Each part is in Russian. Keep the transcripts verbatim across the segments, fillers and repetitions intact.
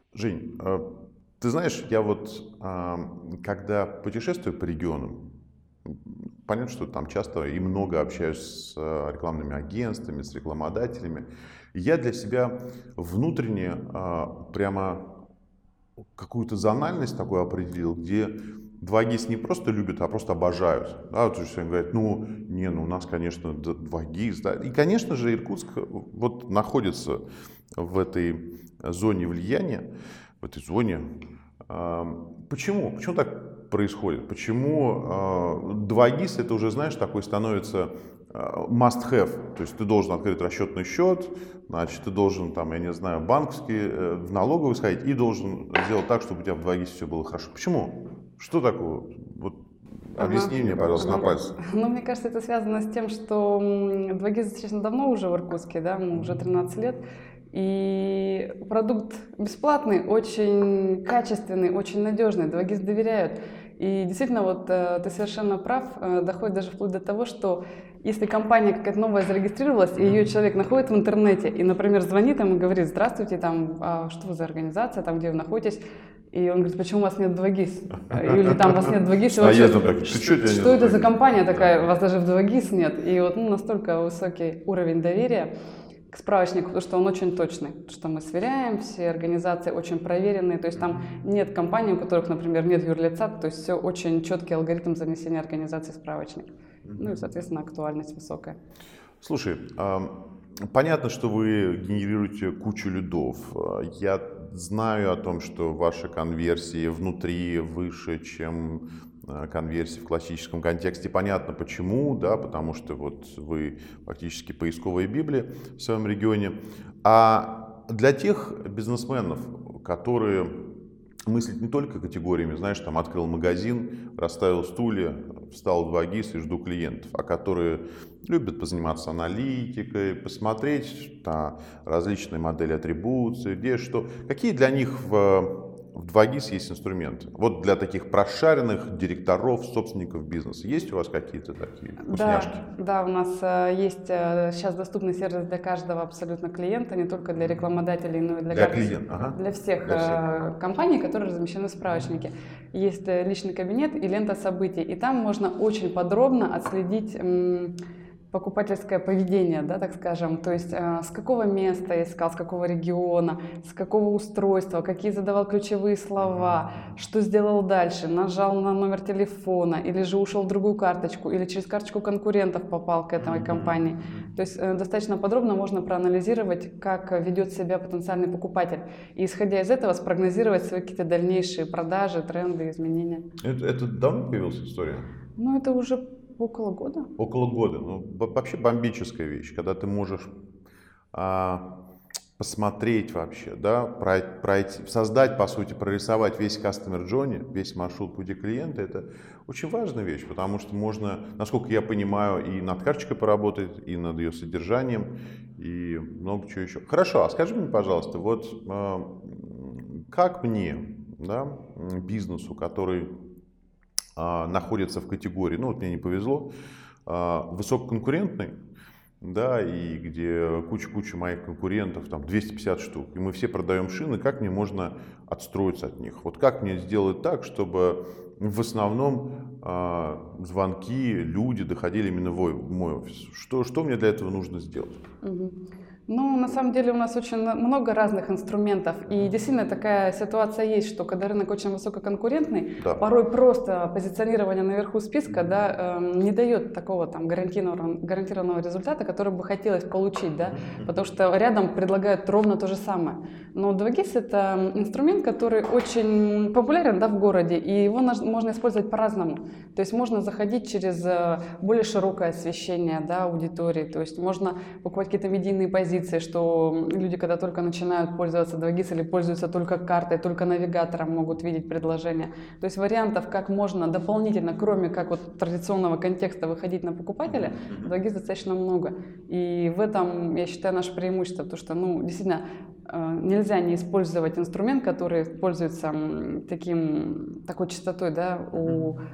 Жень, а, ты знаешь, я вот, а, когда путешествую по регионам, м, понятно, что там часто и много общаюсь с а, рекламными агентствами, с рекламодателями. Я для себя внутренне а, прямо какую-то зональность такую определил, где два ГИС не просто любят, а просто обожают. Да, вот все говорят, ну, не, ну у нас, конечно, д- два ГИС. Да. И, конечно же, Иркутск э, вот находится в этой зоне влияния, в этой зоне. Ам, Почему? Почему так происходит? Почему а, два ГИС это уже, знаешь, такой становится а, must have. То есть ты должен открыть расчетный счет, значит, ты должен, там, я не знаю, банковский, э, в налоговый сходить и должен сделать так, чтобы у тебя в два ГИСе все было хорошо. Почему? Что такое? Вот Ага. объясни мне, пожалуйста, на Ага. пальцах. Ну, мне кажется, это связано с тем, что м, два ГИС достаточно давно уже в Иркутске, да, мы уже тринадцать лет, и продукт бесплатный, очень качественный, очень надежный, два ГИС доверяют. И действительно, вот э, ты совершенно прав, э, доходит даже вплоть до того, что если компания какая-то новая зарегистрировалась, и ее человек находит в интернете, и, например, звонит им и говорит: здравствуйте, там, а что вы за организация, там, где вы находитесь, и он говорит: почему у вас нет два ГИС? Или там у вас нет два ГИС, и А я вообще, там как, ты что, у что, тебя что нет это за два ГИСа? компания такая, Да. у вас даже в два ГИС нет. И вот ну, настолько высокий уровень доверия к справочнику, потому что он очень точный, что мы сверяем, все организации очень проверенные, то есть там нет компаний, у которых, например, нет юрлица, то есть все очень четкий алгоритм занесения организации в справочник. Ну и, соответственно, актуальность высокая. Слушай, ам, понятно, что вы генерируете кучу лидов. А, Я знаю о том, что ваши конверсии внутри выше, чем а, конверсии в классическом контексте. Понятно почему, да, потому что вот вы фактически поисковая Библия в своем регионе. А для тех бизнесменов, которые мыслят не только категориями, знаешь, там открыл магазин, расставил стулья, встал в два ГИС и жду клиентов, а которые любят позаниматься аналитикой, посмотреть на различные модели атрибуции, где что. Какие для них в, в два ГИС есть инструменты? Вот для таких прошаренных директоров, собственников бизнеса. Есть у вас какие-то такие вкусняшки? Да, да, у нас э, есть э, сейчас доступный сервис для каждого абсолютно клиента, не только для рекламодателей, но и для, Для кажд- клиента, ага. для всех Для всех. э, компаний, которые размещены в справочнике. Есть э, личный кабинет и лента событий, и там можно очень подробно отследить м, покупательское поведение, да, так скажем, то есть э, с какого места искал, с какого региона, с какого устройства, какие задавал ключевые слова, что сделал дальше, нажал на номер телефона, или же ушел в другую карточку, или через карточку конкурентов попал к этой компании. То есть э, достаточно подробно можно проанализировать, как ведет себя потенциальный покупатель, и исходя из этого спрогнозировать свои какие-то дальнейшие продажи, тренды, изменения. Это, это давно появилась история? Ну, это уже около года. Около года. Ну, б- вообще бомбическая вещь, когда ты можешь а, посмотреть вообще, да, прой- пройти, создать, по сути, прорисовать весь customer journey, весь маршрут пути клиента. Это очень важная вещь, потому что можно, насколько я понимаю, и над карточкой поработать, и над ее содержанием, и много чего еще. Хорошо, а скажи мне, пожалуйста, вот а, как мне, да, бизнесу, который а, находится в категории, ну вот мне не повезло, а, высококонкурентный, да, и где куча-куча моих конкурентов, там двести пятьдесят штук, и мы все продаем шины, как мне можно отстроиться от них? Вот как мне сделать так, чтобы в основном а, звонки, люди доходили именно в мой, в мой офис? Что, что мне для этого нужно сделать? Мгм. Ну, на самом деле у нас очень на- много разных инструментов, и действительно такая ситуация есть, что когда рынок очень высококонкурентный, Да. порой просто позиционирование наверху списка, да, эм, не дает такого там гарантированного, гарантированного результата, который бы хотелось получить, да, потому что рядом предлагают ровно то же самое. Но два ГИС это инструмент, который очень популярен, да, в городе, и его наж- можно использовать по-разному. То есть можно заходить через э, более широкое освещение, да, аудитории, то есть можно покупать какие-то медийные позиции, что люди, когда только начинают пользоваться два ГИС или пользуются только картой, только навигатором, могут видеть предложения. То есть вариантов, как можно дополнительно, кроме как вот традиционного контекста, выходить на покупателя, два ГИС достаточно много. И в этом, я считаю, наше преимущество, потому что, ну, действительно, э, нельзя не использовать инструмент, который пользуется м, таким, такой частотой, да, у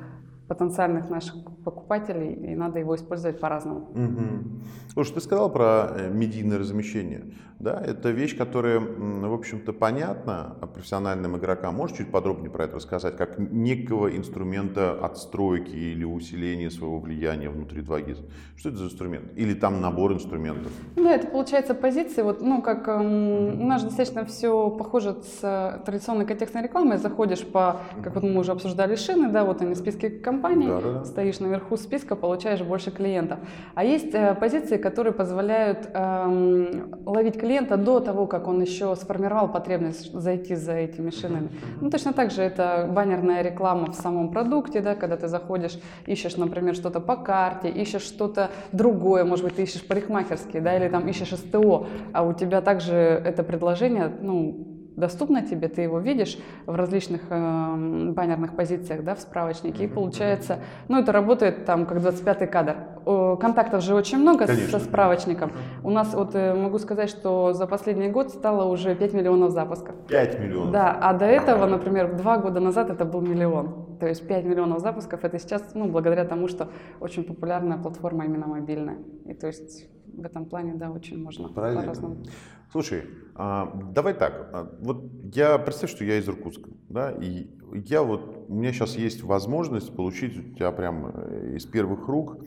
потенциальных наших покупателей, и надо его использовать по-разному. Угу. Слушай, ты сказал про медийное размещение. Да, это вещь, которая, в общем-то, понятна профессиональным игрокам. Можешь чуть подробнее про это рассказать, как некого инструмента отстройки или усиления своего влияния внутри два гис? Что это за инструмент? Или там набор инструментов? Да, это получается позиции, вот, ну, как эм, у нас же достаточно все похоже с традиционной контекстной рекламой. Заходишь по, как вот мы уже обсуждали, шины, да, вот они списки компаний, Да, да, да. стоишь наверху списка, получаешь больше клиентов. А есть э, позиции, которые позволяют эм, ловить клиента до того, как он еще сформировал потребность зайти за этими шинами. Ну, точно так же это баннерная реклама в самом продукте, да, когда ты заходишь, ищешь, например, что-то по карте, ищешь что-то другое, может быть, ты ищешь парикмахерские, да, или там ищешь СТО, а у тебя также это предложение, ну, доступно тебе, ты его видишь в различных э, баннерных позициях, да, в справочнике, и получается, ну, это работает там как двадцать пятый кадр. О, контактов же очень много с, со справочником. У нас, вот э, могу сказать, что за последний год стало уже пять миллионов запусков. пять миллионов? Да, а до этого, например, два года назад это был миллион. То есть пять миллионов запусков, это сейчас, ну, благодаря тому, что очень популярная платформа именно мобильная. И то есть в этом плане, да, очень можно по-разному. Слушай, а, давай так, а, вот я, представь, что я из Иркутска, да, и я вот, у меня сейчас есть возможность получить у тебя прям из первых рук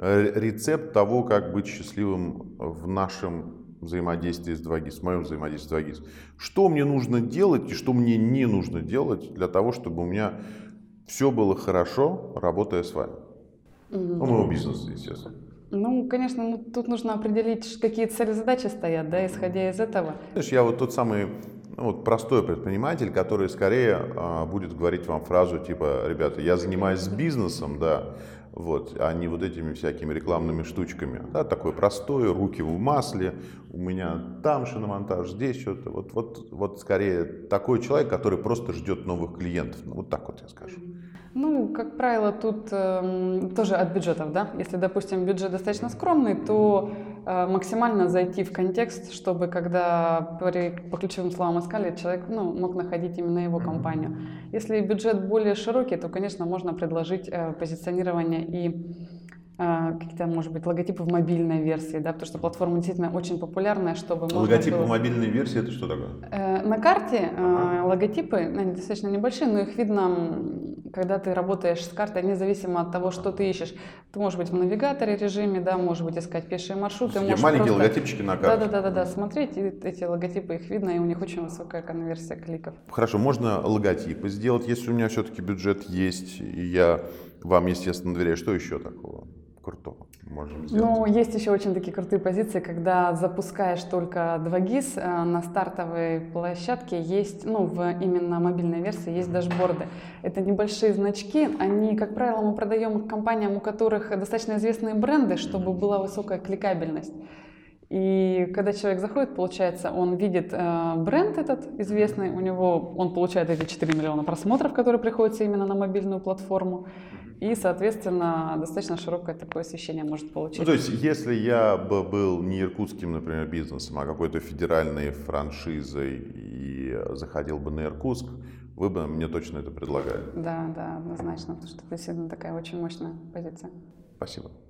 рецепт того, как быть счастливым в нашем взаимодействии с два гис, в моем взаимодействии с два гис. Что мне нужно делать и что мне не нужно делать для того, чтобы у меня все было хорошо, работая с вами? Mm-hmm. У моего бизнеса, естественно. Ну, конечно, ну, тут нужно определить, какие цели, задачи стоят, да, исходя из этого. Знаешь, я вот тот самый, ну, вот простой предприниматель, который скорее а, будет говорить вам фразу типа, ребята, я занимаюсь бизнесом, да, вот, а не вот этими всякими рекламными штучками. Да, такой простой, руки в масле, у меня там шиномонтаж, здесь что-то. Вот, вот, вот скорее такой человек, который просто ждет новых клиентов. Ну, вот так вот я скажу. Ну, как правило, тут э, тоже от бюджетов, да. Если, допустим, бюджет достаточно скромный, то э, максимально зайти в контекст, чтобы когда при, по ключевым словам искали, человек, ну, мог находить именно его компанию. Если бюджет более широкий, то, конечно, можно предложить э, позиционирование и э, какие-то, может быть, логотипы в мобильной версии, да, потому что платформа действительно очень популярная, чтобы можно Логотипы было... в мобильной версии, это что такое? Э, на карте э, ага. логотипы, они достаточно небольшие, но их видно, когда ты работаешь с картой, независимо от того, что ты ищешь. Ты можешь быть в навигаторе режиме, да, можешь быть искать пешие маршруты. Маленькие просто... логотипчики на карте. Да-да-да, смотреть, и эти логотипы, их видно, и у них очень высокая конверсия кликов. Хорошо, можно логотипы сделать, если у меня все-таки бюджет есть, и я вам, естественно, доверяю. Что еще такого крутого можем сделать? Ну, есть еще очень такие крутые позиции, когда запускаешь только два гис, на стартовой площадке есть, ну, в именно мобильной версии есть дашборды. Это небольшие значки, они, как правило, мы продаем их компаниям, у которых достаточно известные бренды, чтобы была высокая кликабельность. И когда человек заходит, получается, он видит э, бренд этот известный, у него он получает эти четыре миллиона просмотров, которые приходятся именно на мобильную платформу, и, соответственно, достаточно широкое такое освещение может получить. Ну, то есть, если я бы был не иркутским, например, бизнесом, а какой-то федеральной франшизой и заходил бы на Иркутск, вы бы мне точно это предлагали? Да, да, однозначно, потому что это действительно такая очень мощная позиция. Спасибо.